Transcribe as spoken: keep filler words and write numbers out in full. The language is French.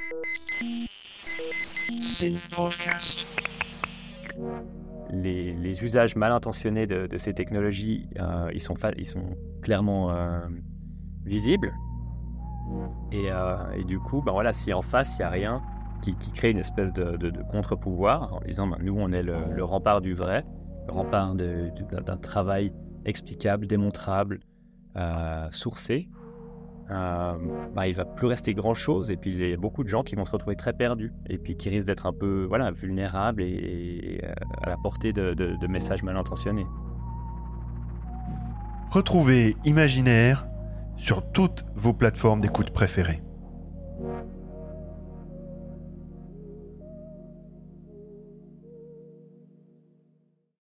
Les, les usages mal intentionnés de, de ces technologies, euh, ils, sont fa- ils sont clairement euh, visibles. Et, euh, et du coup, ben voilà, si en face, il n'y a rien qui, qui crée une espèce de, de, de contre-pouvoir, en disant, ben, nous, on est le, le rempart du vrai, le rempart de, de, d'un, d'un travail explicable, démontrable, euh, sourcé, euh, ben, il ne va plus rester grand-chose. Et puis, il y a beaucoup de gens qui vont se retrouver très perdus et puis qui risquent d'être un peu voilà, vulnérables et, et euh, à la portée de, de, de messages mal intentionnés. Retrouvez Imaginaire sur toutes vos plateformes d'écoute préférées.